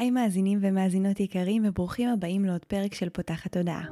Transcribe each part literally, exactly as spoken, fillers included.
היי מאזינים ומאזינות יקרים וברוכים הבאים לעוד פרק של פותחת תודעה.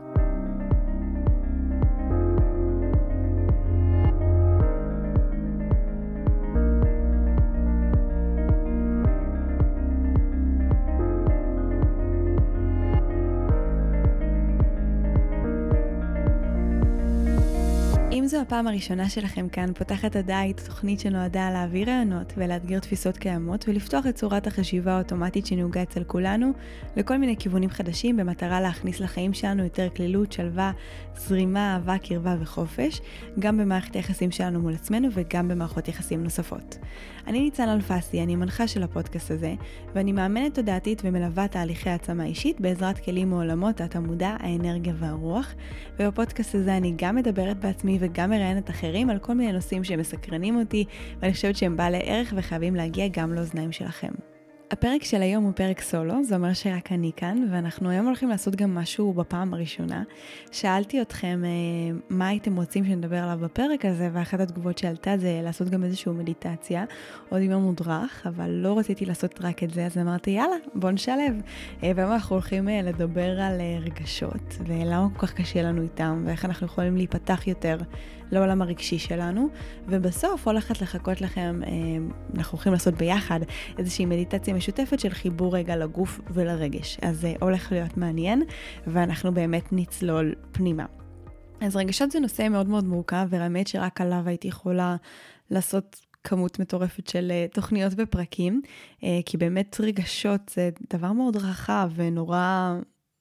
אם זו הפעם הראשונה שלכם כאן, פותחת תודעה היא תוכנית שנועדה להעביר רעיונות ולאתגר תפיסות קיימות ולפתוח את צורת החשיבה האוטומטית שנהוגה אצל כולנו לכל מיני כיוונים חדשים במטרה להכניס לחיים שלנו יותר כלילות, שלווה, זרימה, אהבה, קרבה וחופש, גם במערכת היחסים שלנו מול עצמנו וגם במערכות יחסים נוספות. אני ניצן אלפסי, אני מנחה של הפודקאסט הזה, ואני מאמנת תודעתית ומלווה תהליכי העצמה אישית בעזרת כלים מעולמות התמודע, האנרגיה והרוח, ובפודקאסט הזה אני גם מדברת בעצמי וגם מראיינת אחרים על כל מיני נושאים שמסקרנים אותי, ואני חושבת שהם בעלי ערך וחייבים להגיע גם לאוזניים שלכם. הפרק של היום הוא פרק סולו, זה אומר שרק אני כאן, ואנחנו היום הולכים לעשות גם משהו בפעם הראשונה. שאלתי אתכם אה, מה הייתם רוצים שנדבר עליו בפרק הזה, ואחת התגובות שעלתה זה לעשות גם איזושהי מדיטציה, או דיון מודרך, אבל לא רציתי לעשות רק את זה, אז אמרתי יאללה, בוא נשלב. אה, והיום אנחנו הולכים אה, לדבר על אה, רגשות, ולמה כל כך קשה לנו איתם, ואיך אנחנו יכולים להיפתח יותר לעולם הרגשי שלנו, ובסוף הולכת לחכות לכם, אה, אנחנו הולכים לעשות ביחד איזושהי מדיטציה משותפת של חיבור רגע לגוף ולרגש. אז זה הולך להיות מעניין, ואנחנו באמת נצלול פנימה. אז רגשות זה נושא מאוד מאוד מורכב, והאמת שרק עליו הייתי יכולה לעשות כמות מטורפת של תוכניות ופרקים, כי באמת רגשות זה דבר מאוד רחב ונורא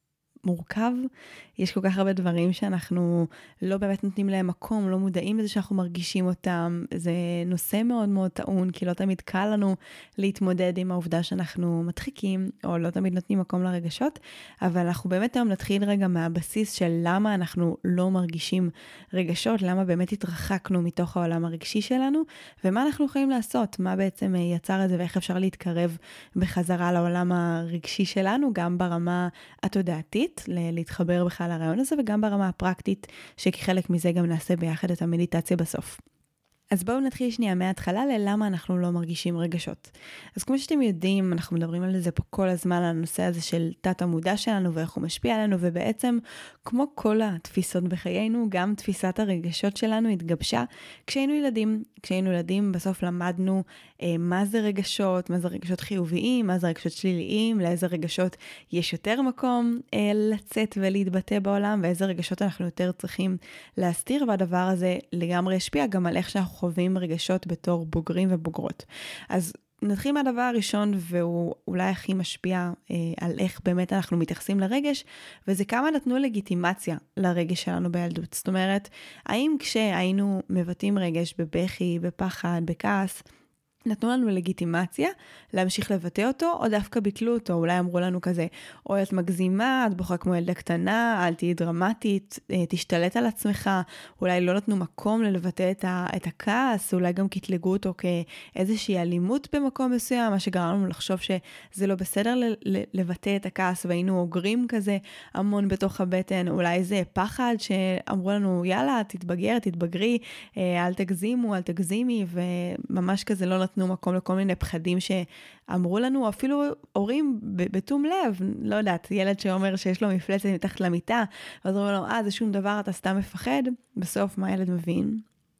מורכב. יש כל כך הרבה דברים שאנחנו לא באמת נותנים להם מקום, לא מודעים לזה שאנחנו מרגישים אותם. זה נושא מאוד מאוד טעון, כי לא תמיד קל לנו להתמודד עם העובדה שאנחנו מדחיקים, או לא תמיד נותנים מקום לרגשות, אבל אנחנו באמת היום נתחיל רגע מהבסיס של למה אנחנו לא מרגישים רגשות, למה באמת התרחקנו מתוך העולם הרגשי שלנו, ומה אנחנו יכולים לעשות, מה בעצם יצר את זה, ואיך אפשר להתקרב בחזרה לעולם הרגשי שלנו, גם ברמה התודעתית, להתחבר בכלל לרעיון הזה, וגם ברמה הפרקטית, שכחלק מזה גם נעשה ביחד את המדיטציה בסוף. אז בואו נתחיל שנייה מההתחלה ללמה אנחנו לא מרגישים רגשות. אז כמו שאתם יודעים, אנחנו מדברים על זה פה כל הזמן, על הנושא הזה של תת המודע שלנו, ואיך הוא משפיע עלינו, ובעצם כמו כל התפיסות בחיינו, גם תפיסת הרגשות שלנו התגבשה כשהיינו ילדים. כשהיינו ילדים בסוף למדנו אה, מה זה רגשות, מה זה רגשות חיוביים, מה זה רגשות שליליים, לאיזה רגשות יש יותר מקום אה, לצאת ולהתבטא בעולם, ואיזה רגשות אנחנו יותר צריכים להסתיר, והדבר הזה לגמרי השפיע גם על איך שאנחנו חווים רגשות בתור בוגרים ובוגרות. אז נתחיל מהדבר הראשון, והוא אולי הכי משפיע אה, על איך באמת אנחנו מתייחסים לרגש, וזה כמה נתנו לגיטימציה לרגש שלנו בילדות. זאת אומרת, האם כשהיינו מבטאים רגש בבכי, בפחד, בכעס, נתנו לנו לגיטימציה להמשיך לבטא אותו, או דווקא ביטלו אותו, אולי אמרו לנו כזה, או את מגזימה, את בוכה כמו ילדה קטנה, אל תהי דרמטית, תשתלט על עצמך, אולי לא נתנו מקום לבטא את, ה, את הכעס, אולי גם קטלגו אותו כאיזושהי אלימות במקום מסוים, מה שגרם לנו לחשוב שזה לא בסדר ל, ל, לבטא את הכעס, והיינו אוגרים כזה המון בתוך הבטן, אולי זה פחד שאמרו לנו, יאללה, תתבגר, תתבגרי, אל תגזימו, אל תגזימי, וממש כזה לא נתנו מקום לכל מיני פחדים שאמרו לנו, אפילו הורים בתום לב, לא יודעת, ילד שאומר שיש לו מפלצת מתחת למיטה, ואז אומרים לו, אה, זה שום דבר, אתה סתם מפחד. בסוף מה ילד מבין?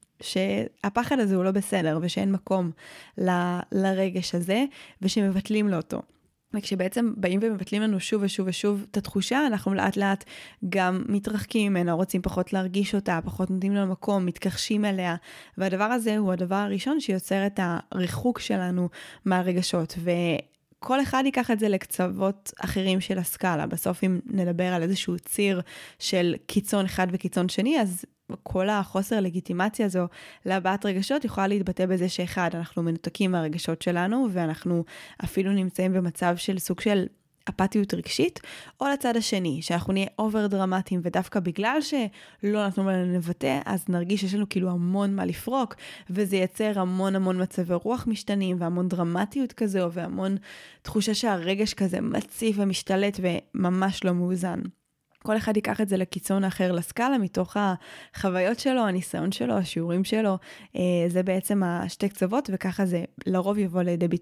שהפחד הזה הוא לא בסדר, ושאין מקום ל- לרגש הזה, ושמבטלים לו אותו. וכשבעצם באים ומבטלים לנו שוב ושוב ושוב את התחושה, אנחנו לאט לאט גם מתרחקים ממנה, רוצים פחות להרגיש אותה, פחות נותנים לנו מקום, מתכחשים אליה, והדבר הזה הוא הדבר הראשון שיוצר את הריחוק שלנו מהרגשות, וכל אחד ייקח את זה לקצוות אחרים של הסקאלה. בסוף אם נדבר על איזשהו ציר של קיצון אחד וקיצון שני, אז כל החוסר לגיטימציה הזו להבעת רגשות יכולה להתבטא בזה שאחד, אנחנו מנותקים מהרגשות שלנו, ואנחנו אפילו נמצאים במצב של סוג של אפתיות רגשית, או לצד השני, שאנחנו נהיה אובר דרמטיים, ודווקא בגלל שלא נתנו לנו לבטא, אז נרגיש שיש לנו כאילו המון מה לפרוק, וזה ייצר המון המון מצבי רוח משתנים, והמון דרמטיות כזו, והמון תחושה שהרגש כזה מציף ומשתלט, וממש לא מאוזן. כל אחד ייקח את זה לקיצון האחר לסקאלה, מתוך החוויות שלו, הניסיון שלו, השיעורים שלו, זה בעצם השתי קצוות, וככה זה לרוב יבוא לידי ביטוי.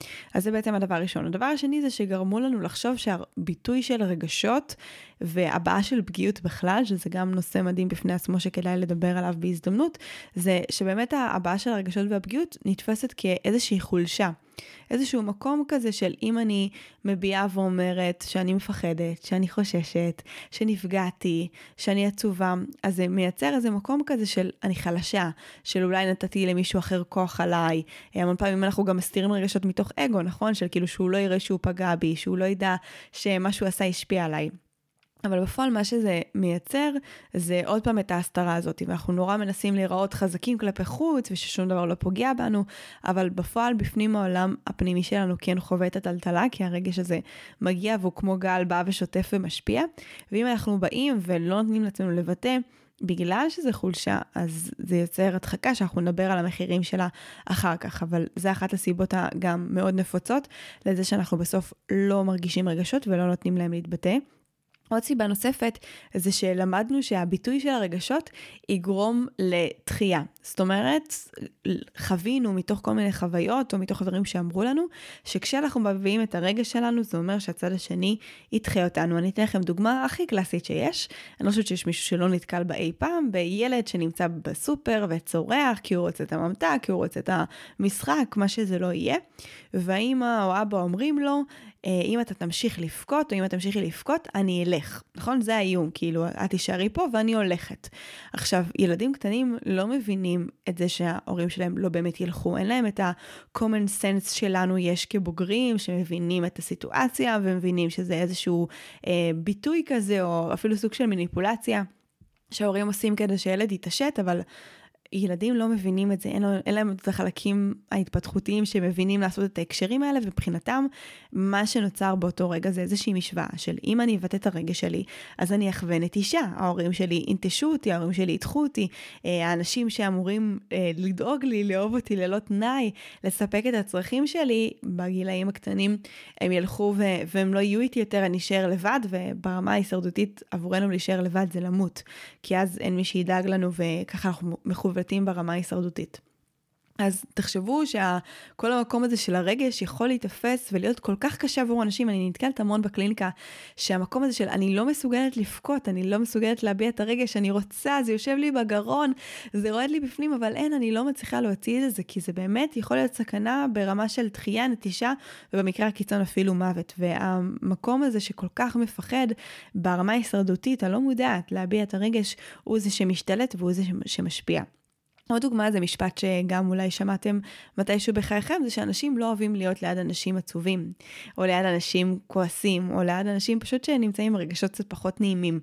אז זה בעצם הדבר הראשון. הדבר השני זה שגרמו לנו לחשוב שהביטוי של רגשות והבעה של פגיעות בכלל, שזה גם נושא מדהים בפני עצמו שכדאי לדבר עליו בהזדמנות, זה שבאמת הבעה של הרגשות והפגיעות נתפסת כאיזושהי חולשה. איזשהו מקום כזה של אם אני מביעה ואומרת שאני מפחדת, שאני חוששת, שנפגעתי, שאני עצובה, אז זה מייצר איזה מקום כזה של אני חלשה, של אולי נתתי למישהו אחר כוח עליי. המון פעמים אנחנו גם מסתירים רגשות מתוך אגו, נכון? של כאילו שהוא לא יראה שהוא פגע בי, שהוא לא ידע שמה שהוא עשה ישפיע עליי. אבל בפועל מה שזה מייצר זה עוד פעם את ההסתרה הזאת, ואנחנו נורא מנסים להיראות חזקים כלפי חוץ וששום דבר לא פוגע בנו, אבל בפועל בפנים העולם הפנימי שלנו כן חווה את הטלטלה, כי הרגש הזה מגיע והוא כמו גל בא ושוטף ומשפיע, ואם אנחנו באים ולא נותנים לעצמנו לבטא, בגלל שזה חולשה, אז זה יוצר הדחקה שאנחנו נדבר על המחירים שלה אחר כך, אבל זה אחת הסיבות גם מאוד נפוצות לזה שאנחנו בסוף לא מרגישים רגשות ולא נותנים להם להתבטא. עוד סיבה נוספת זה שלמדנו שהביטוי של הרגשות יגרום לתחייה. זאת אומרת, חווינו מתוך כל מיני חוויות או מתוך דברים שאמרו לנו, שכשאנחנו מביאים את הרגש שלנו, זה אומר שהצד השני יתחה אותנו. אני אתן לכם דוגמה הכי קלאסית שיש. אני לא חושבת שיש מישהו שלא נתקל בה אי פעם, בילד שנמצא בסופר וצורח, כי הוא רוצה את הממתק, כי הוא רוצה את המשחק, מה שזה לא יהיה. והאמא או אבא אומרים לו, אם אתה תמשיך לפקות, או אם אתה תמשיכי לפקות, אני אלך. נכון? זה האיום, כאילו, את תישארי פה ואני הולכת. עכשיו, ילדים קטנים לא מבינים את זה שההורים שלהם לא באמת ילכו. אין להם את ה-common sense שלנו יש כבוגרים, שמבינים את הסיטואציה, ומבינים שזה איזשהו אה, ביטוי כזה, או אפילו סוג של מניפולציה, שההורים עושים כדי שילד יתעשת, אבל ילדים לא מבינים את זה, אין, אין להם את החלקים ההתפתחותיים שמבינים לעשות את ההקשרים האלה, ובבחינתם מה שנוצר באותו רגע זה איזושהי משוואה של אם אני אבטא את הרגש שלי, אז אני אכוון את אישה, ההורים שלי ינטשו אותי, ההורים שלי ידחו אותי, האנשים שאמורים לדאוג לי, לאהוב אותי ללא תנאי, לספק את הצרכים שלי, בגילאים הקטנים הם ילכו ו- והם לא יהיו איתי יותר, אני אשאר לבד, וברמה ההישרדותית עבורנו להישאר לבד זה למות, כי אז אין מי שידאג לנו וככה אנחנו מחוברים ברמה ההישרדותית. אז תחשבו שכל המקום הזה של הרגש יכול להתאפס ולהיות כל כך קשה עבור אנשים. אני נתקלת המון בקליניקה שהמקום הזה של אני לא מסוגלת לפקות, אני לא מסוגלת להביע את הרגש, אני רוצה, זה יושב לי בגרון, זה רועד לי בפנים, אבל אין, אני לא מצליחה להוציא את זה, כי זה באמת יכול להיות סכנה ברמה של דחייה, נטישה, ובמקרה הקיצון אפילו מוות. והמקום הזה שכל כך מפחד ברמה ההישרדותית, הלא מודעת להביע את הרגש, הוא זה שמשתלט והוא זה שמשפיע. עוד דוגמה זה משפט שגם אולי שמעתם מתישהו בחייכם, זה שאנשים לא אוהבים להיות ליד אנשים עצובים, או ליד אנשים כועסים, או ליד אנשים פשוט שנמצאים רגשות קצת פחות נעימים.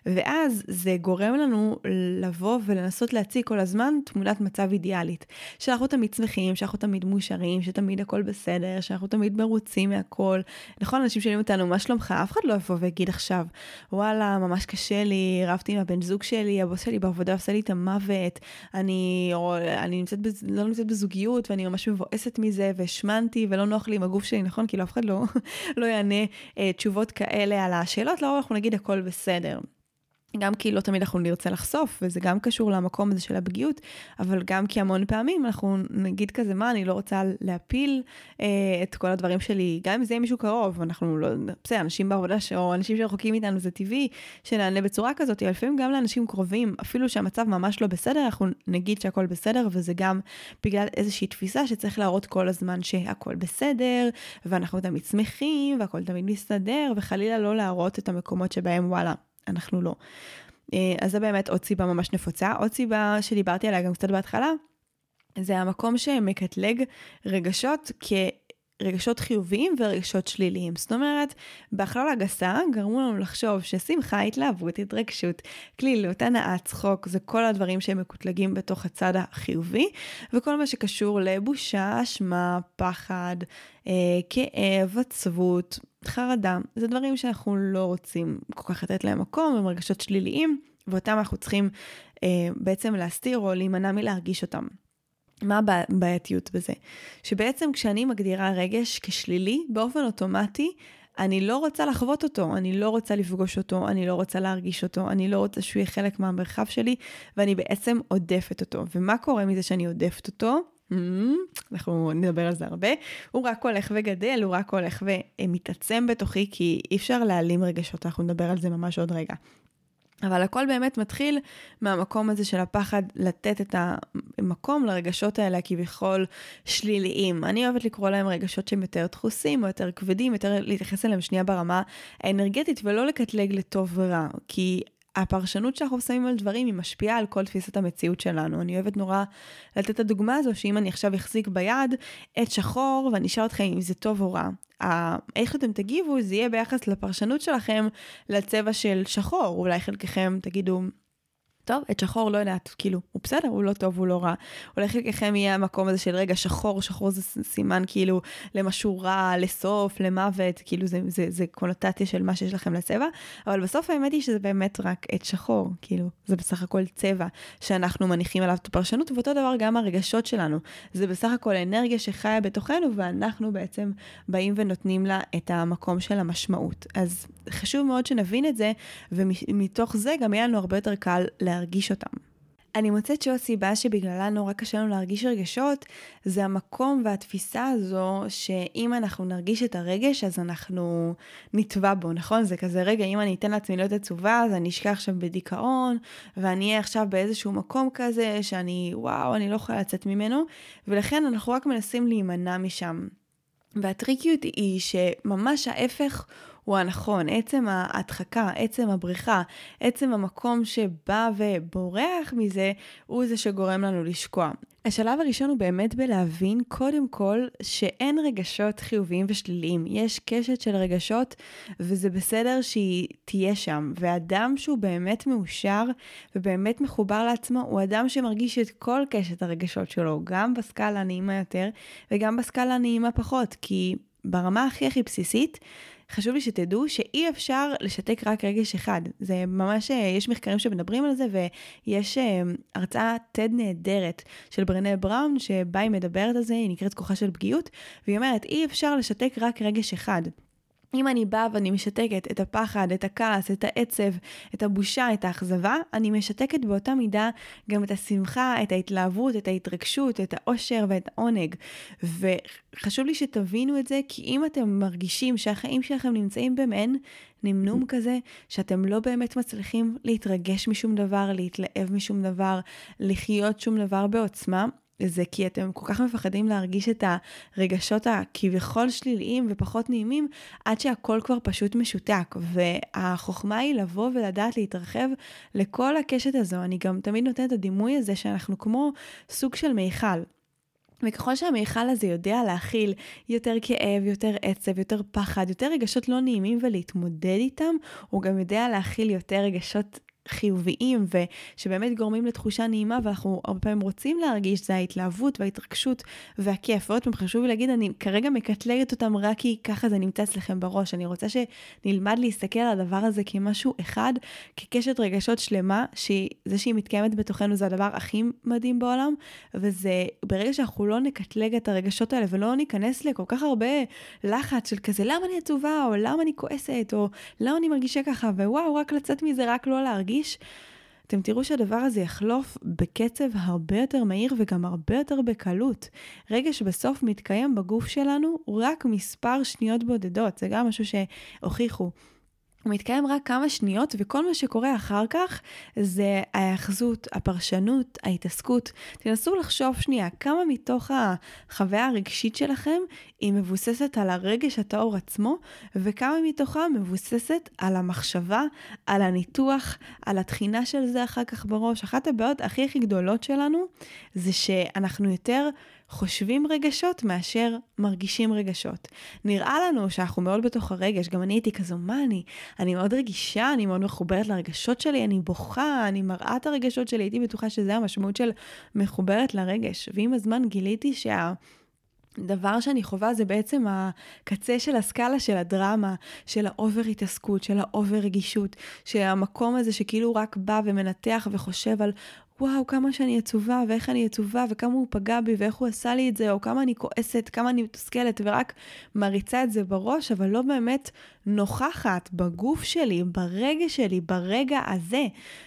ואז זה גורם לנו לבוא ולנסות להציג כל הזמן תמונת מצב אידיאלית, שאנחנו תמיד שמחים, שאנחנו תמיד מאושרים, שתמיד הכל בסדר, שאנחנו תמיד מרוצים מהכל. נכון, אנשים שואלים אותנו, מה שלומך? אף אחד לא יבוא ויגיד עכשיו, וואלה, ממש קשה לי, רבתי עם הבן זוג שלי, הבוס שלי בעבודה עושה לי את המוות, אני או אני נמצאת בז... לא נמצאת בזוגיות, ואני ממש מבואסת מזה, והשמנתי, ולא נוח לי עם הגוף שלי, נכון? כאילו אף אחד לא, לא יענה אה, תשובות כאלה על השאלות, לא אנחנו נגיד הכל בסדר. גם כי לא תמיד אנחנו נרצה לחשוף, וזה גם קשור למקום הזה של הפגיעות, אבל גם כי המון פעמים אנחנו נגיד כזה, מה, אני לא רוצה להפיל אה, את כל הדברים שלי, גם אם זה יהיה מישהו קרוב, אנחנו לא, בסדר, אנשים בעבודה, או אנשים שרחוקים איתנו, זה טבעי, שנענה בצורה כזאת, אבל לפעמים גם לאנשים קרובים, אפילו שהמצב ממש לא בסדר, אנחנו נגיד שהכל בסדר, וזה גם בגלל איזושהי תפיסה שצריך להראות כל הזמן שהכל בסדר, ואנחנו תמיד שמחים, והכל תמיד מסתדר, וחלילה לא להראות את המקומות שבהם, וואלה, אנחנו לא. אז זה באמת עוד סיבה ממש נפוצה. עוד סיבה שדיברתי עליה גם קצת בהתחלה, זה המקום שמקטלג רגשות כרגשות חיוביים ורגשות שליליים. זאת אומרת, בהכללה גסה גרמו לנו לחשוב ששמחה, התלהבות, התרגשות, כלילות, הנאה, צחוק, זה כל הדברים שהם מקוטלגים בתוך הצד החיובי, וכל מה שקשור לבושה, אשמה, פחד, אה, כאב, עצבות, חרדה, זה דברים שאנחנו לא רוצים כל כך לתת להם מקום, הם רגשות שליליים, ואותם אנחנו צריכים אה, בעצם להסתיר או להימנע מלהרגיש אותם. מה הבעייתיות בזה? שבעצם כשאני מגדירה רגש כשלילי, באופן אוטומטי, אני לא רוצה לחוות אותו, אני לא רוצה לפגוש אותו, אני לא רוצה להרגיש אותו, אני לא רוצה שהוא יהיה חלק מהמרחב שלי, ואני בעצם עודפת אותו. ומה קורה מזה שאני עודפת אותו? אנחנו נדבר על זה הרבה, הוא רק הולך וגדל, הוא רק הולך ומתעצם בתוכי, כי אי אפשר להעלים רגשות, אנחנו נדבר על זה ממש עוד רגע. אבל הכל באמת מתחיל מהמקום הזה של הפחד לתת את המקום לרגשות האלה כביכול שליליים. אני אוהבת לקרוא להם רגשות שהם יותר דחוסים או יותר כבדים, יותר להתייחס אליהם שנייה ברמה האנרגטית ולא לקטלג לטוב ורע, כי הפרשנות שאנחנו שמים על דברים היא משפיעה על כל תפיסת המציאות שלנו. אני אוהבת נורא לתת את הדוגמה הזו, שאם אני עכשיו אחזיק ביד את שחור ואני אשאל אתכם אם זה טוב או רע, איך אתם תגיבו, זה יהיה ביחס לפרשנות שלכם לצבע של שחור. אולי חלקכם תגידו, טוב, את שחור לא יודעת, כאילו, הוא בסדר, הוא לא טוב, הוא לא רע. אולי חלקכם יהיה המקום הזה של רגע, שחור, שחור זה סימן כאילו למשהו רע, לסוף, למוות, כאילו זה, זה, זה קונוטציה של מה שיש לכם לצבע, אבל בסוף האמת היא שזה באמת רק את שחור, כאילו, זה בסך הכל צבע שאנחנו מניחים עליו את הפרשנות, ואותו דבר גם הרגשות שלנו. זה בסך הכל אנרגיה שחיה בתוכנו, ואנחנו בעצם באים ונותנים לה את המקום של המשמעות. אז חשוב מאוד שנבין את זה, ומתוך זה גם יהיה לנו הרבה יותר קל להרגיש אותם. אני מוצאת שהסיבה שבגללה נורא קשה לנו להרגיש רגשות, זה המקום והתפיסה הזו, שאם אנחנו נרגיש את הרגש, אז אנחנו נטבע בו, נכון? זה כזה רגע, אם אני אתן לעצמי להיות עצובה, אז אני אשכח עכשיו בדיכאון, ואני אהיה עכשיו באיזשהו מקום כזה, שאני, וואו, אני לא יכולה לצאת ממנו, ולכן אנחנו רק מנסים להימנע משם. והטריקיות היא שממש ההפך הוא הנכון, עצם ההדחקה, עצם הבריחה, עצם המקום שבא ובורח מזה, הוא זה שגורם לנו לשקוע. השלב הראשון הוא באמת בלהבין קודם כל שאין רגשות חיוביים ושליליים. יש קשת של רגשות וזה בסדר שהיא תהיה שם. ואדם שהוא באמת מאושר ובאמת מחובר לעצמו, הוא אדם שמרגיש את כל קשת הרגשות שלו, גם בסקאלה הנעימה יותר וגם בסקאלה הנעימה פחות. כי ברמה הכי הכי בסיסית, חשוב לי שתדעו שאי אפשר לשתק רק רגש אחד. זה ממש, יש מחקרים שמדברים על זה, ויש הרצאה טד נהדרת של ברנה בראון, שבה היא מדברת על זה, היא נקראת כוחה של פגיעות, והיא אומרת, אי אפשר לשתק רק רגש אחד. אם אני באה ואני משתקת את הפחד, את הכעס, את העצב, את הבושה, את האכזבה, אני משתקת באותה מידה גם את השמחה, את ההתלהבות, את ההתרגשות, את האושר ואת העונג. וחשוב לי שתבינו את זה, כי אם אתם מרגישים שהחיים שלכם נמצאים במעין נמנום כזה, שאתם לא באמת מצליחים להתרגש משום דבר, להתלהב משום דבר, לחיות שום דבר בעוצמה, זה כי אתם כל כך מפחדים להרגיש את הרגשות הכביכול שליליים ופחות נעימים, עד שהכל כבר פשוט משותק. והחוכמה היא לבוא ולדעת להתרחב לכל הקשת הזו. אני גם תמיד נותנת את הדימוי הזה שאנחנו כמו סוג של מיכל. וככל שהמיכל הזה יודע להכיל יותר כאב, יותר עצב, יותר פחד, יותר רגשות לא נעימים ולהתמודד איתם, הוא גם יודע להכיל יותר רגשות חיוביים ושבאמת גורמים לתחושה נעימה, ואנחנו הרבה פעמים רוצים להרגיש, זה ההתלהבות וההתרגשות והכיף. ועוד פעם חשוב לי להגיד, אני כרגע מקטלגת אותם רק כי ככה זה נמצא אצלכם בראש. אני רוצה שנלמד להסתכל על הדבר הזה כמשהו אחד, כקשת רגשות שלמה, שזה שהיא מתקיימת בתוכנו זה הדבר הכי מדהים בעולם, וזה ברגע שאנחנו לא נקטלג את הרגשות האלה ולא ניכנס לכל כך הרבה לחץ של כזה, למה אני עצובה, או למה אני כועסת, או למה אני מרגישה ככה, ווואו, רק לצאת מזה, רק לא להרגיש, אתם תראו שהדבר הזה יחלוף בקצב הרבה יותר מהיר וגם הרבה יותר בקלות. רגש בסוף מתקיים בגוף שלנו רק מספר שניות בודדות, זה גם משהו שהוכיחו. הוא מתקיים רק כמה שניות, וכל מה שקורה אחר כך זה ההאחזות, הפרשנות, ההתעסקות. תנסו לחשוב שנייה, כמה מתוך החוויה הרגשית שלכם היא מבוססת על הרגש הטהור עצמו, וכמה מתוכה מבוססת על המחשבה, על הניתוח, על התחינה של זה אחר כך בראש. אחת הבעיות הכי הכי גדולות שלנו זה שאנחנו יותר חושבים רגשות מאשר מרגישים רגשות. נראה לנו שאנחנו מאוד בתוך הרגש, גם אני הייתי כזו, מה אני? אני מאוד רגישה, אני מאוד מחוברת לרגשות שלי, אני בוכה, אני מראה את הרגשות שלי, הייתי בטוחה שזה המשמעות של מחוברת לרגש. ועם הזמן גיליתי שה... דבר שאני חובה זה בעצם הקצה של הסקאלה של הדרמה, של האובר התעסקות, של האובר רגישות, של המקום הזה שכאילו רק בא ומנתח וחושב על וואו, כמה שאני עצובה, ואיך אני עצובה, וכמה הוא פגע בי, ואיך הוא עשה לי את זה, או כמה אני כועסת, כמה אני מתוסכלת, ורק מריצה את זה בראש, אבל לא באמת נוכחת בגוף שלי, ברגע שלי, ברגע הזה.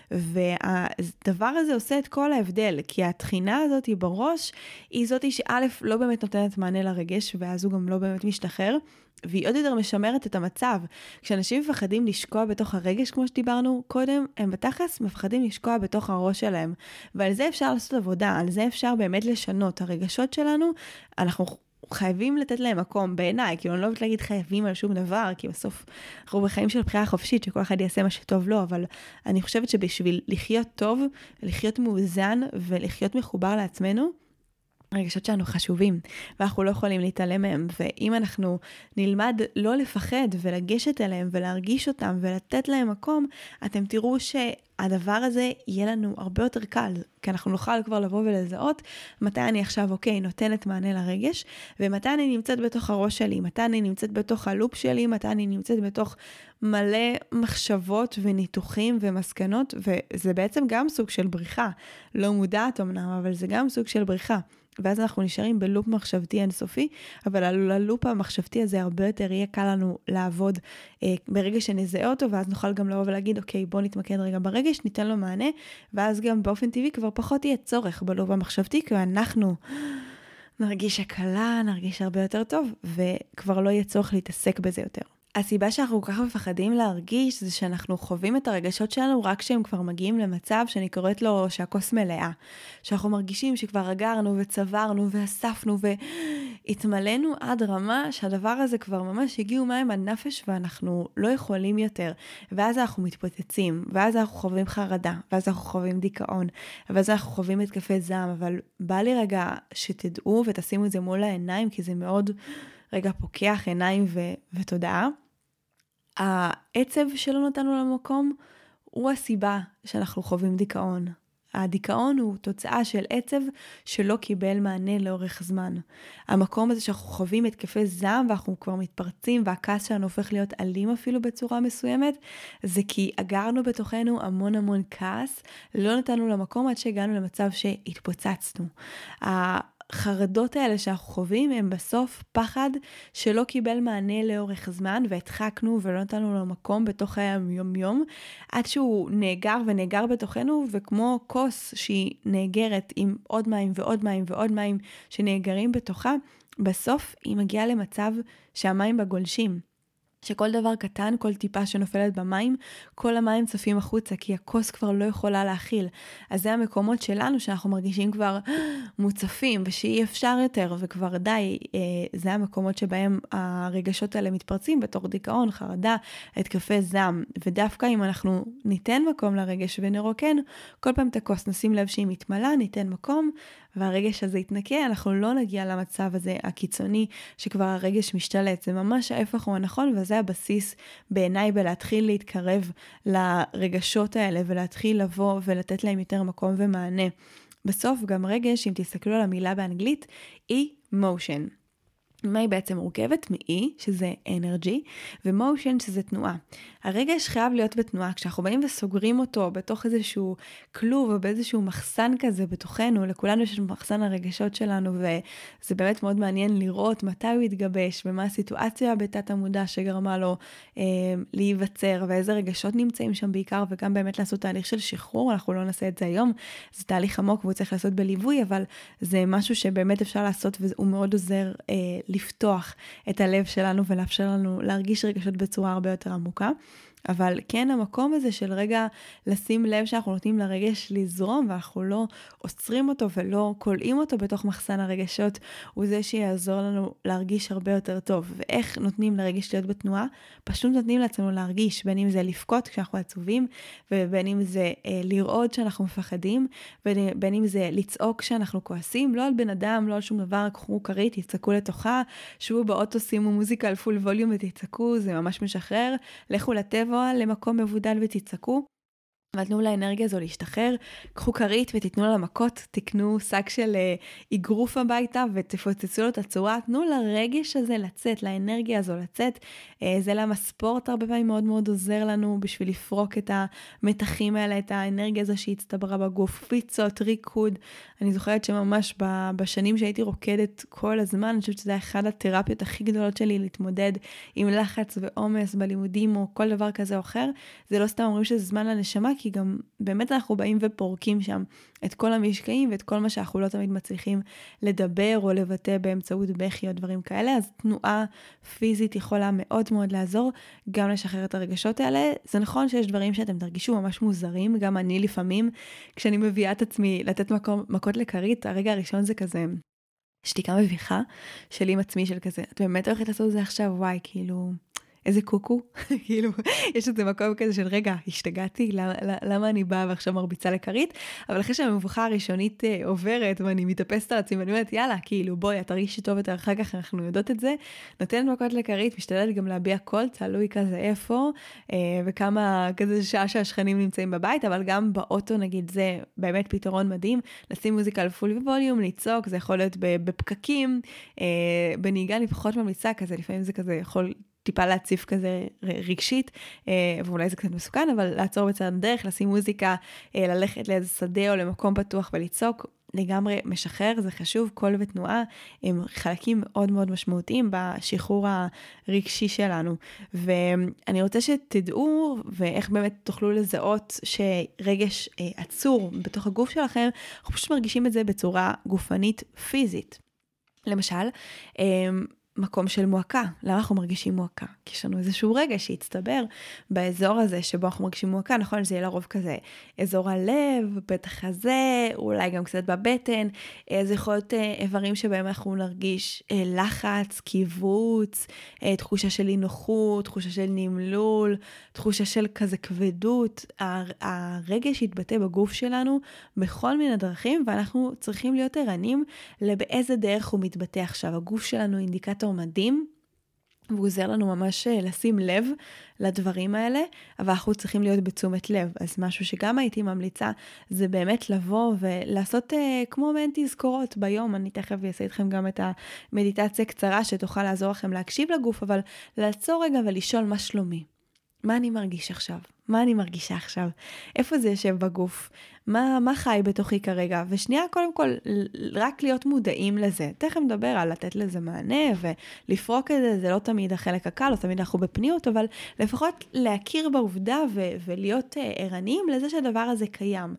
והדבר הזה עושה את כל ההבדל, כי התחינה הזאת היא בראש, היא זאת שא' לא באמת נותנת מענה לרגש, ואז הוא גם לא באמת משתחרר, והיא עוד יותר משמרת את המצב. כשאנשים מפחדים לשקוע בתוך הרגש, כמו שדיברנו קודם, הם בתכלס מפחדים לשקוע בתוך הראש שלהם. ועל זה אפשר לעשות עבודה, על זה אפשר באמת לשנות. הרגשות שלנו, אנחנו חייבים לתת להם מקום בעיניי, כאילו אני לא אוהבת להגיד חייבים על שום דבר, כי בסוף אנחנו בחיים של בחירה חופשית, שכל אחד יעשה מה שטוב לו, אבל אני חושבת שבשביל לחיות טוב, לחיות מאוזן ולחיות מחובר לעצמנו, הרגשות שלנו חשובים, ואנחנו לא יכולים להתעלם מהם, ואם אנחנו נלמד לא לפחד ולגשת אליהם ולהרגיש אותם ולתת להם מקום, אתם תראו שהדבר הזה יהיה לנו הרבה יותר קל, כי אנחנו נוכל כבר לבוא ולזהות מתי אני עכשיו, אוקיי, נותנת מענה לרגש, ומתי אני נמצאת בתוך הראש שלי, מתי אני נמצאת בתוך הלופ שלי, מתי אני נמצאת בתוך מלא מחשבות וניתוחים ומסקנות, וזה בעצם גם סוג של בריחה, לא מודעת אמנם, אבל זה גם סוג של בריחה. ואז אנחנו נשארים בלופ מחשבתי אינסופי, אבל על הלופ המחשבתי הזה הרבה יותר יהיה קל לנו לעבוד אה, ברגע שנזהה אותו, ואז נוכל גם לבוא ולהגיד, אוקיי, בוא נתמקד רגע ברגש, ניתן לו מענה, ואז גם באופן טבעי כבר פחות יהיה צורך בלופ המחשבתי, כי אנחנו נרגיש הקלה, נרגיש הרבה יותר טוב, וכבר לא יהיה צורך להתעסק בזה יותר. הסיבה שאנחנו כל כך מפחדים להרגיש זה שאנחנו חווים את הרגשות שלנו רק כשהם כבר מגיעים למצב שאני קוראת לו שהכוס מלאה. שאנחנו מרגישים שכבר אגרנו וצברנו ואספנו והתמלאנו עד רמה שהדבר הזה כבר ממש הגיעו מים על נפש ואנחנו לא יכולים יותר. ואז אנחנו מתפוצצים, ואז אנחנו חווים חרדה, ואז אנחנו חווים דיכאון, ואז אנחנו חווים התקפי זעם, אבל בא לי רגע שתדעו ותשימו את זה מול העיניים כי זה מאוד רגע פוקח עיניים ו- ותודעה. העצב שלא נתנו למקום הוא הסיבה שאנחנו חווים דיכאון. הדיכאון הוא תוצאה של עצב שלא קיבל מענה לאורך זמן. המקום הזה שאנחנו חווים התקפי זעם ואנחנו כבר מתפרצים והכעס שלנו הופך להיות אלים אפילו בצורה מסוימת, זה כי אגרנו בתוכנו המון המון כעס, לא נתנו למקום עד שהגענו למצב שהתפוצצנו. החרדות האלה שאנחנו חווים הם בסוף פחד שלא קיבל מענה לאורך זמן והדחקנו ולא נתנו לו מקום בתוך היום יום עד שהוא נאגר ונאגר בתוכנו, וכמו כוס שהיא נאגרת עם עוד מים ועוד מים ועוד מים שנאגרים בתוכה, בסוף היא מגיעה למצב שהמים בגולשים. שכל דבר קטן, כל טיפה שנופלת במים, כל המים צפים החוצה, כי הכוס כבר לא יכולה להכיל. אז זה המקומות שלנו שאנחנו מרגישים כבר מוצפים, ושאי אפשר יותר, וכבר די, זה המקומות שבהם הרגשות האלה מתפרצים, בתור דיכאון, חרדה, התקפי זעם. ודווקא אם אנחנו ניתן מקום לרגש ונרוקן, כל פעם את הכוס נשים לב שהיא מתמלאה, ניתן מקום, והרגש הזה יתנקה, אנחנו לא נגיע למצב הזה הקיצוני, שכבר הרגש משתלט. זה ממש ההפך הוא הנכון, וזה הבסיס בעיניי בלהתחיל להתקרב לרגשות האלה, ולהתחיל לבוא ולתת להם יותר מקום ומענה. בסוף גם רגש, אם תסתכלו על המילה באנגלית, emotion. מה היא בעצם מורכבת? מ-E, שזה energy, ו-motion, שזה תנועה. הרגש חייב להיות בתנועה. כשאנחנו באים וסוגרים אותו בתוך איזשהו כלוב, או באיזשהו מחסן כזה בתוכנו, לכולנו יש מחסן הרגשות שלנו, וזה באמת מאוד מעניין לראות מתי הוא יתגבש, ומה הסיטואציה בתת המודע שגרמה לו אה, להיווצר, ואיזה רגשות נמצאים שם בעיקר, וגם באמת לעשות תהליך של שחרור. אנחנו לא נעשה את זה היום, זה תהליך עמוק, והוא צריך לעשות בליווי, אבל זה משהו שבאמת אפשר לעשות, והוא מאוד עוזר אה, לפתוח את הלב שלנו ולאפשר לנו להרגיש רגשות בצורה הרבה יותר עמוקה. אבל כן, המקום הזה של רגע לשים לב שאנחנו נותנים לרגש לזרום, ואנחנו לא עוצרים אותו ולא קולעים אותו בתוך מחסן הרגשות, הוא זה שיעזור לנו להרגיש הרבה יותר טוב. ואיך נותנים לרגש להיות בתנועה? פשוט נותנים לעצמנו להרגיש, בין אם זה לבכות כשאנחנו עצובים, ובין אם זה אה, לראות שאנחנו מפחדים, ובין אם זה לצעוק כשאנחנו כועסים, לא על בן אדם, לא על שום דבר, קחו כרית, תצעקו לתוכה, שבו באוטו, שימו מוזיקה על פול ווליום ותצעקו, זה ממש משחרר, לכו לטבע למקום מבודל ותצעקו. ותנו לאנרגיה הזו להשתחרר, קחו כרית ותתנו לה מכות, תקנו שק של uh, אגרוף הביתה ותפוצצו לו את הצורה, תנו לרגש הזה לצאת, לאנרגיה הזו לצאת, uh, זה למה ספורט הרבה פעמים מאוד מאוד עוזר לנו בשביל לפרוק את המתחים האלה, את האנרגיה הזו שהצטברה בגוף, פיצות, ריקוד, אני זוכרת שממש בשנים שהייתי רוקדת כל הזמן, אני חושבת שזה אחד התרפיות הכי גדולות שלי להתמודד עם לחץ ועומס בלימודים או כל דבר כזה או אחר, זה לא סתם אומרים שזה זמן לנשמה, כי גם באמת אנחנו באים ופורקים שם את כל המשקעים ואת כל מה שאנחנו לא תמיד מצליחים לדבר או לבטא באמצעות בכי או דברים כאלה, אז תנועה פיזית יכולה מאוד מאוד לעזור גם לשחרר את הרגשות האלה. זה נכון שיש דברים שאתם תרגישו ממש מוזרים, גם אני לפעמים, כשאני מביאה את עצמי לתת מקום, מכות לכרית, הרגע הראשון זה כזה שתיקה מביכה שלי עם עצמי של כזה, את באמת הולכת לעשות את זה עכשיו, וואי, כאילו... איזה קוקו, כאילו, יש איזה מקום כזה של רגע, השתגעתי, למה, למה אני באה ועכשיו מרביצה לכרית, אבל אחרי שהמבוכה הראשונית אה, עוברת, ואני מתאפסת על עצמי, ואני אומרת, יאללה, כאילו, בואי, את תרגישי טוב יותר, אחר כך אנחנו יודעות את זה, נותנת מכות לכרית, משתדלת גם להביע קול, תלוי כזה איפה, אה, וכמה כזה שעה שהשכנים נמצאים בבית, אבל גם באוטו, נגיד, זה באמת פתרון מדהים, לשים מוזיקה על פול וווליום, לצעוק, זה יכול להיות בפקקים, אה, בנהיגה אני פחות ממליצה, כזה, לפעמים זה כזה יכול טיפה להציף כזה רגשית, ואולי זה קצת מסוכן, אבל לעצור בצד הדרך, לשים מוזיקה, ללכת לאיזה שדה או למקום פתוח ולצעוק, לגמרי משחרר, זה חשוב, קול ותנועה, הם חלקים מאוד מאוד משמעותיים בשחרור הרגשי שלנו. ואני רוצה שתדעו, ואיך באמת תוכלו לזהות שרגש עצור בתוך הגוף שלכם, אנחנו פשוט מרגישים את זה בצורה גופנית פיזית. למשל, מקום של מועקה. למה אנחנו מרגישים מועקה? כי יש לנו איזשהו רגע שהצטבר באזור הזה שבו אנחנו מרגישים מועקה, נכון? זה יהיה לרוב כזה אזור הלב, פתח הזה, אולי גם קצת בבטן, זה יכול להיות איברים שבהם אנחנו נרגיש לחץ, קיבוץ, תחושה של אי-נוחות, תחושה של נמלול, תחושה של כזה כבדות. הרגש יתבטא בגוף שלנו בכל מיני דרכים, ואנחנו צריכים להיות ערנים לבאיזה דרך הוא מתבטא עכשיו. הגוף שלנו אינדיקטור מדהים, והוא עוזר לנו ממש לשים לב לדברים האלה, אבל אנחנו צריכים להיות בתשומת לב. אז משהו שגם הייתי ממליצה, זה באמת לבוא ולעשות אה, כמו מעין תזכורות ביום. אני תכף אעשה איתכם גם את המדיטציה קצרה, שתוכל לעזור לכם להקשיב לגוף, אבל לעצור רגע ולשאול מה שלומי. מה אני מרגיש עכשיו? מה אני מרגישה עכשיו? איפה זה יושב בגוף? מה, מה חי בתוכי כרגע? ושנייה, קודם כל, רק להיות מודעים לזה. תכף נדבר על לתת לזה מענה ולפרוק את זה, זה לא תמיד החלק הקל, לא תמיד אנחנו בפניות, אבל לפחות להכיר בעובדה ו- ולהיות ערניים לזה שהדבר הזה קיים.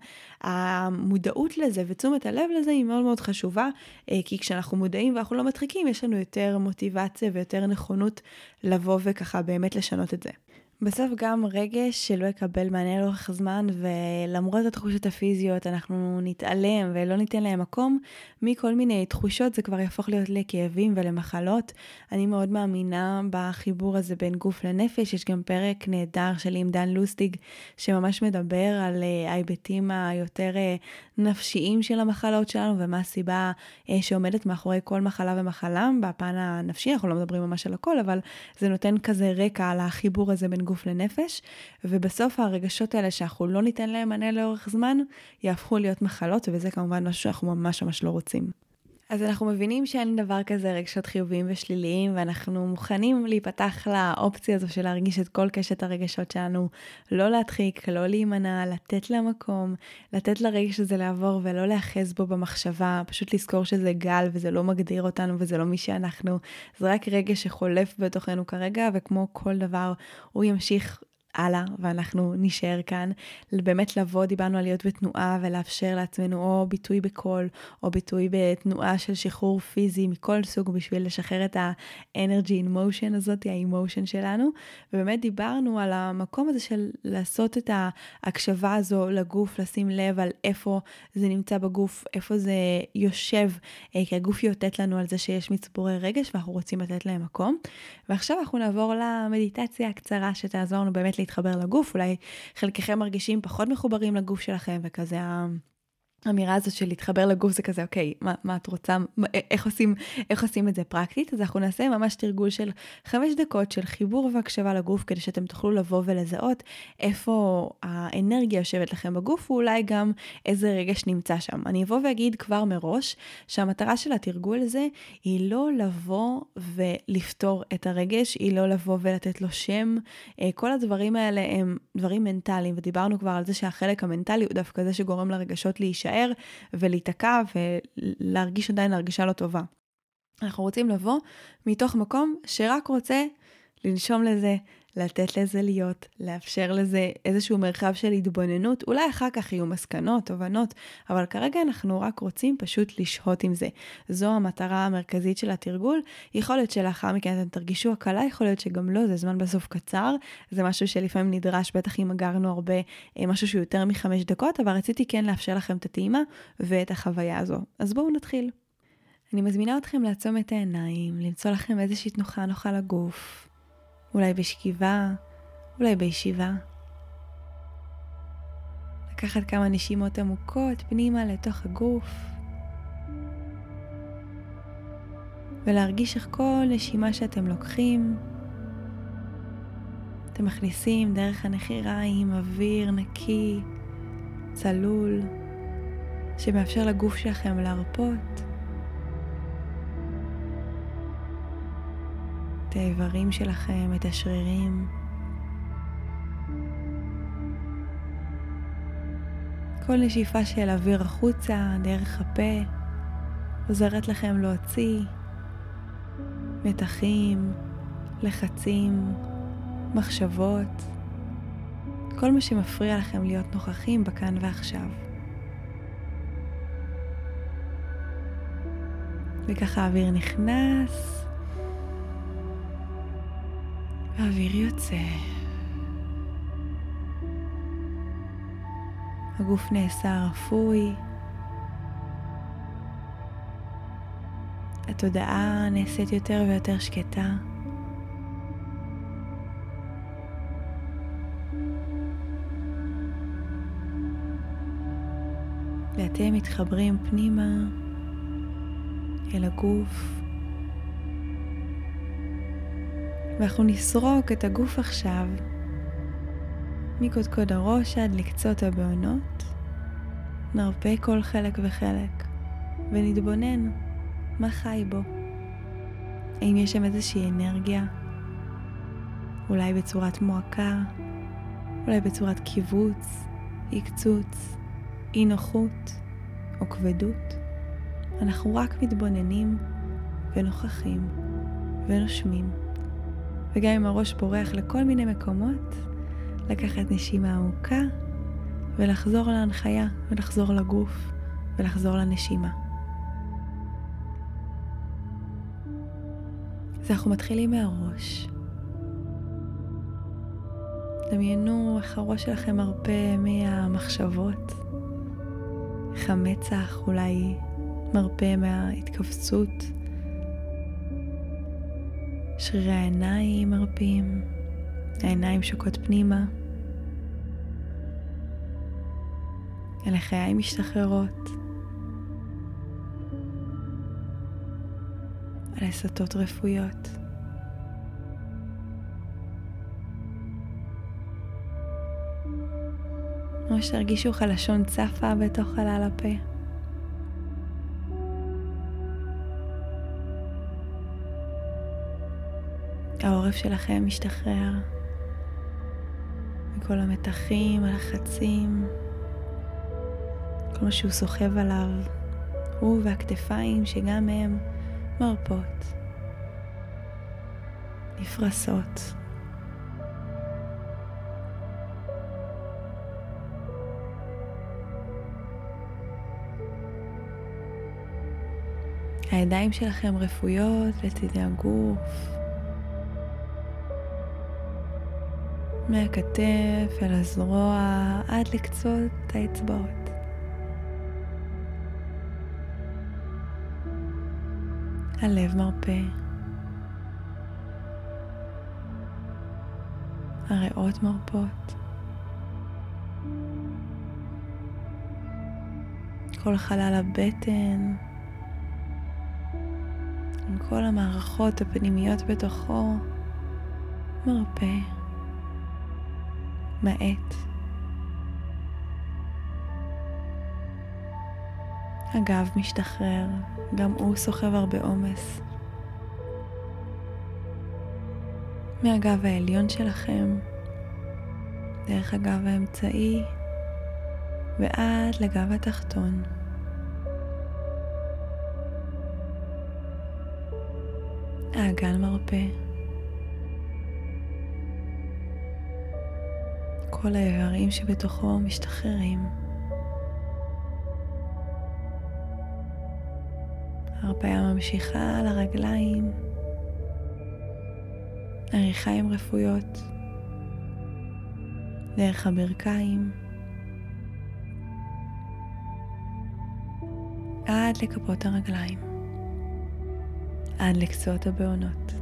המודעות לזה ותשומת הלב לזה היא מאוד מאוד חשובה, כי כשאנחנו מודעים ואנחנו לא מדחיקים, יש לנו יותר מוטיבציה ויותר נכונות לבוא וככה באמת לשנות את זה. בסוף גם רגש שלא יקבל מענה לאורך הזמן, ולמרות התחושות הפיזיות אנחנו נתעלם ולא ניתן להם מקום, מכל מיני תחושות זה כבר יהפוך להיות לכאבים ולמחלות. אני מאוד מאמינה בחיבור הזה בין גוף לנפש, יש גם פרק נהדר שלי עם דן לוסטיג, שממש מדבר על ההיבטים היותר נפשיים של המחלות שלנו, ומה הסיבה שעומדת מאחורי כל מחלה ומחלה, בפן הנפשי, אנחנו לא מדברים ממש על הכל, אבל זה נותן כזה רקע על החיבור הזה בין גוף לנפש, ובסוף הרגשות האלה שאנחנו לא ניתן להם מענה לאורך זמן, יהפכו להיות מחלות, וזה כמובן משהו שאנחנו ממש ממש לא רוצים. אז אנחנו מבינים שאין דבר כזה רגשות חיוביים ושליליים, ואנחנו מוכנים להיפתח לאופציה הזו של להרגיש את כל קשת הרגשות שלנו, לא להדחיק, לא להימנע, לתת למקום, לתת לרגש הזה לעבור ולא להאחז בו במחשבה, פשוט לזכור שזה גל וזה לא מגדיר אותנו וזה לא מי שאנחנו, זה רק רגש שחולף בתוכנו כרגע, וכמו כל דבר הוא ימשיך הלאה, ואנחנו נשאר כאן. באמת לבוא, דיברנו על להיות בתנועה ולאפשר לעצמנו או ביטוי בקול, או ביטוי בתנועה של שחרור פיזי מכל סוג, בשביל לשחרר את ה-energy in motion הזאת, ה-emotion שלנו. ובאמת דיברנו על המקום הזה של לעשות את ההקשבה הזו לגוף, לשים לב על איפה זה נמצא בגוף, איפה זה יושב, כי הגוף יוטט לנו על זה שיש מצבורי רגש, ואנחנו רוצים לתת להם מקום. ועכשיו אנחנו נעבור למדיטציה הקצרה שתעזור לנו באמת להתחבר לגוף. אולי חלקכם מרגישים פחות מחוברים לגוף שלכם, וכזה האמירה הזאת של להתחבר לגוף זה כזה, אוקיי, מה, מה את רוצה, מה, איך עושים, איך עושים את זה פרקטית? אז אנחנו נעשה ממש תרגול של חמש דקות של חיבור והקשבה לגוף, כדי שאתם תוכלו לבוא ולזהות איפה האנרגיה יושבת לכם בגוף, ואולי גם איזה רגש נמצא שם. אני אבוא ואגיד כבר מראש, שהמטרה של התרגול הזה, היא לא לבוא ולפתור את הרגש, היא לא לבוא ולתת לו שם. כל הדברים האלה הם דברים מנטליים, ודיברנו כבר על זה שהחלק המנטלי הוא דווקא זה שגורם לרגשות להישאר, ולהתעקע ולהרגיש עדיין הרגשה לא טובה. אנחנו רוצים לבוא מתוך מקום שרק רוצה לנשום לזה, לתת לזה להיות, לאפשר לזה איזשהו מרחב של התבוננות, אולי אחר כך יהיו מסקנות, תובנות, אבל כרגע אנחנו רק רוצים פשוט לשהות עם זה. זו המטרה המרכזית של התרגול. יכול להיות שלאחר מכן אתם תרגישו הקלה, יכול להיות שגם לא, זה זמן בסוף קצר, זה משהו שלפעמים נדרש, בטח אם אגרנו הרבה, משהו שהוא יותר מחמש דקות, אבל רציתי כן לאפשר לכם את הטעימה ואת החוויה הזו. אז בואו נתחיל. אני מזמינה אתכם לעצום את העיניים, למצוא לכם איזושהי תנוחה נוחה לגוף. אולי בשכיבה, אולי בישיבה. לקחת כמה נשימות עמוקות פנימה לתוך הגוף. ולהרגיש איך כל נשימה שאתם לוקחים, אתם מכניסים דרך הנחיריים אוויר נקי, צלול, שמאפשר לגוף שלכם להרפות. את האיברים שלכם, את השרירים. כל נשיפה של אוויר החוצה, דרך הפה, עוזרת לכם להוציא מתחים, לחצים, מחשבות, כל מה שמפריע לכם להיות נוכחים בכאן ועכשיו. וככה האוויר נכנס, האוויר יוצא. הגוף נעשה רפוי. התודעה נעשית יותר ויותר שקטה. ואתם מתחברים פנימה אל הגוף. ואנחנו נסרוק את הגוף עכשיו מקודקוד הראש עד לקצות הבעונות. נרפה כל חלק וחלק ונתבונן מה חי בו. האם יש שם איזושהי אנרגיה? אולי בצורת מועקה, אולי בצורת קיבוץ, הקצוץ, אי נוחות או כבדות. אנחנו רק מתבוננים ונוכחים ונושמים. וגם אם הראש פורח לכל מיני מקומות, לקחת נשימה עמוקה ולחזור להנחיה ולחזור לגוף ולחזור לנשימה. אז אנחנו מתחילים מהראש. דמיינו איך הראש שלכם מרפה מהמחשבות, איך המצח אולי מרפה מההתכווצות, שרירי העיניים מרפים, העיניים שוקות פנימה, הלחיים משתחררות, הלסתות רפויות. ממש תרגישו איך הלשון צפה בתוך חלל הפה. העורף שלכם משתחרר מכל המתחים, הלחצים, כל מה שהוא סוחב עליו, הוא והכתפיים שגם הם מרפות, נפרסות. הידיים שלכם רפויות לצידי הגוף, מהכתף אל הזרוע עד לקצות האצבעות. הלב מרפה, הריאות מרפות, כל חלל הבטן, עם כל המערכות הפנימיות בתוכו, מרפא, מעט. הגב משתחרר, גם הוא סוחב הרבה עומס. מהגב העליון שלכם, דרך הגב האמצעי, ועד לגב התחתון. האגן מרפא. כל האיברים שבתוכו משתחררים. הרפאיה ממשיכה על הרגליים, הריחיים רפויות, דרך הברכיים, עד לכפות הרגליים, עד לקצות הבעונות,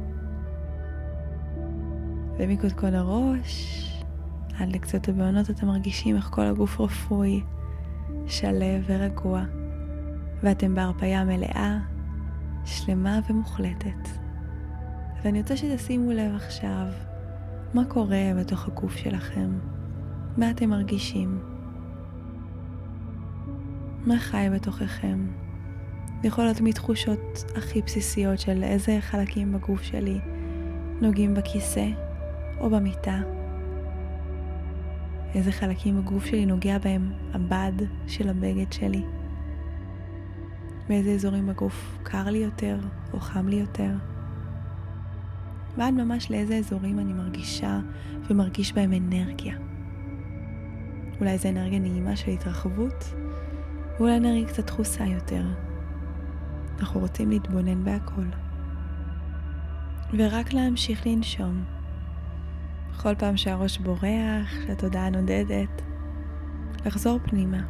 ומקודקוד הראש עד לקצות הבעונות אתם מרגישים איך כל הגוף רפוי, שלב ורגוע, ואתם בהרפאיה מלאה, שלמה ומוחלטת. ואני רוצה שתשימו לב עכשיו מה קורה בתוך הגוף שלכם, מה אתם מרגישים, מה חי בתוככם. יכול להיות מתחושות הכי בסיסיות של איזה חלקים בגוף שלי נוגעים בכיסא או במיטה, איזה חלקים בגוף שלי נוגע בהם הבד של הבגד שלי, באיזה אזורים בגוף קר לי יותר או חם לי יותר, ועד ממש לאיזה אזורים אני מרגישה ומרגיש בהם אנרגיה. אולי זה אנרגיה נעימה של התרחבות, ואולי אנרגיה קצת דחוסה יותר. אנחנו רוצים להתבונן בהכל. ורק להמשיך לנשום. בכל פעם שהראש בורח, שהתודעה נודדת, לחזור פנימה.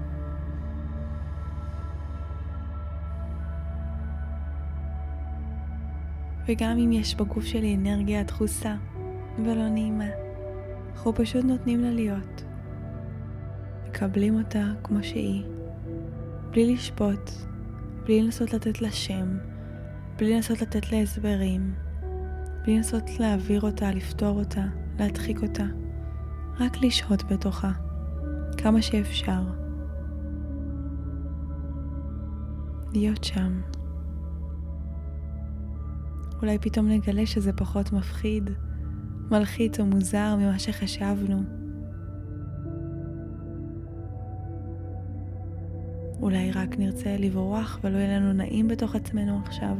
וגם אם יש בגוף שלי אנרגיה דחוסה ולא נעימה, אנחנו פשוט נותנים לה להיות. מקבלים אותה כמו שהיא, בלי לשפוט, בלי לנסות לתת לה שם, בלי לנסות לתת לה הסברים, בלי לנסות להעביר אותה, לפתור אותה, להדחיק אותה. רק לשהות בתוכה, כמה שאפשר. להיות שם. אולי פתאום נגלה שזה פחות מפחיד, מלחיץ או מוזר ממה שחשבנו. אולי רק נרצה לברוח ולא יהיה לנו נעים בתוך עצמנו עכשיו.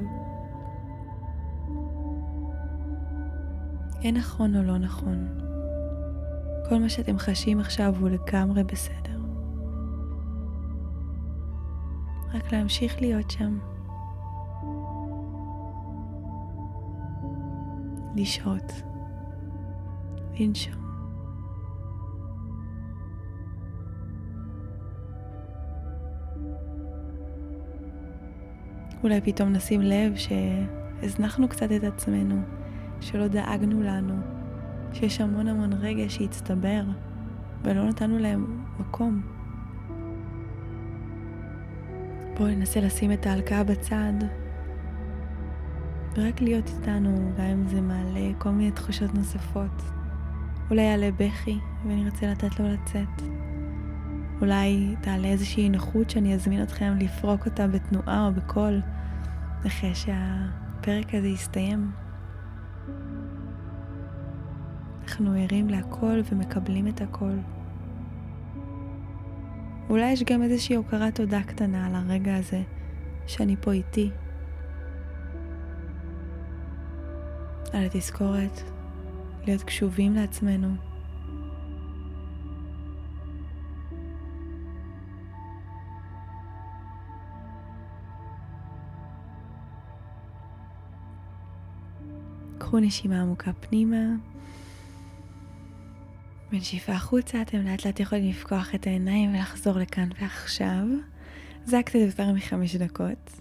אין נכון או לא נכון. כל מה שאתם חשים עכשיו הוא לגמרי בסדר. רק להמשיך להיות שם. לשהות. לנשום. אולי פתאום נשים לב שהזנחנו קצת את עצמנו, שלא דאגנו לנו, שיש המון המון רגש שהצטבר ולא נתנו להם מקום. בואו ננסה לשים את ההלקאה בצד ורק להיות איתנו, גם אם זה מעלה כל מיני תחושות נוספות. אולי יעלה בכי ונרצה לתת לו לצאת. אולי תעלה איזושהי נוחות שאני אזמין אתכם לפרוק אותה בתנועה או בקול אחרי שהפרק הזה יסתיים. אנחנו ערים להכל ומקבלים את הכל. אולי יש גם איזושהי הוקרת תודה קטנה על הרגע הזה שאני פה איתי. על התזכורת להיות קשובים לעצמנו. קחו נשימה עמוקה פנימה. בנשיפה החוצה אתם לאט לאט יכולים לפקוח את העיניים ולחזור לכאן ועכשיו. זה היה קצת יותר מחמש דקות.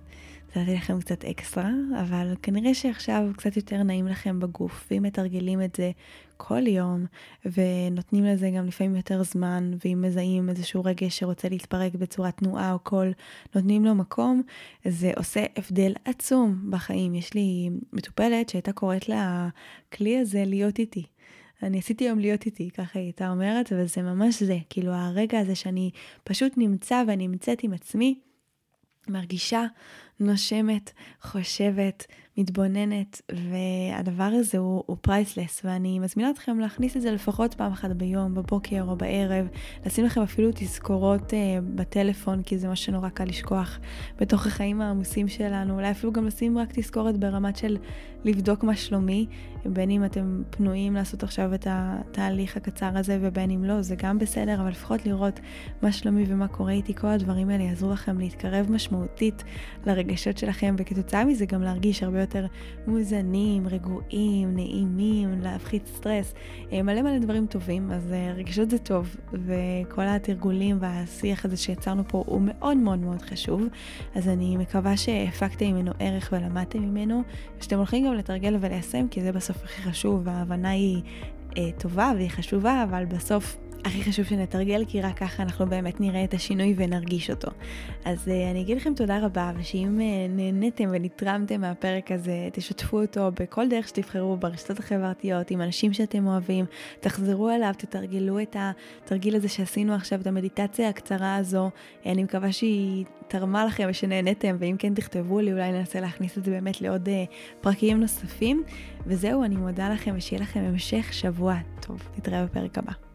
נתתי לכם קצת אקסטרה, אבל כנראה שעכשיו קצת יותר נעים לכם בגוף, ואם מתרגלים את זה כל יום, ונותנים לזה גם לפעמים יותר זמן, ואם מזהים איזשהו רגש שרוצה להתפרק בצורת תנועה או קול, נותנים לו מקום, זה עושה הבדל עצום בחיים. יש לי מטופלת שהייתה קוראת לה הכלי הזה להיות איתי. אני עשיתי יום להיות איתי, ככה היא הייתה אומרת, וזה ממש זה, כאילו הרגע הזה שאני פשוט נמצא ואני נמצאת עם עצמי, מרגישה, נושמת, חושבת, מתבוננת, והדבר הזה הוא, הוא פרייסלס, ואני מזמינה אתכם להכניס את זה לפחות פעם אחת ביום, בבוקר או בערב, לשים לכם אפילו תזכורות אה, בטלפון, כי זה מה שנורא קל לשכוח בתוך החיים העמוסים שלנו, אולי אפילו גם לשים רק תזכורת ברמת של לבדוק מה שלומי, בין אם אתם פנויים לעשות עכשיו את התהליך הקצר הזה, ובין אם לא, זה גם בסדר, אבל לפחות לראות מה שלומי ומה קורה איתי, כל הדברים האלה יעזרו לכם להתקרב משמעותית לרגשות שלכם, וכתוצאה מזה גם להרגיש הרבה יותר מוזנים, רגועים, נעימים, להפחית סטרס, מלא מלא דברים טובים. אז רגשות זה טוב, וכל התרגולים והשיח הזה שיצרנו פה הוא מאוד מאוד מאוד חשוב, אז אני מקווה שהפקתם ממנו ערך ולמדתם ממנו, ושאתם הולכים גם לתרגל וליישם, כי זה בסוף הכי חשוב, וההבנה היא אה, טובה והיא חשובה, אבל בסוף הכי חשוב שנתרגל, כי רק ככה אנחנו באמת נראה את השינוי ונרגיש אותו. אז uh, אני אגיד לכם תודה רבה, ושאם uh, נהניתם ונתרמתם מהפרק הזה, תשתפו אותו בכל דרך שתבחרו, ברשתות החברתיות, עם אנשים שאתם אוהבים, תחזרו אליו, תתרגלו את התרגיל הזה שעשינו עכשיו, את המדיטציה הקצרה הזו. אני מקווה שהיא תרמה לכם ושנהניתם, ואם כן תכתבו לי, אולי ננסה להכניס את זה באמת לעוד uh, פרקים נוספים. וזהו, אני מודה לכם, ושיהיה לכם המשך שבוע טוב. נתראה בפרק הבא.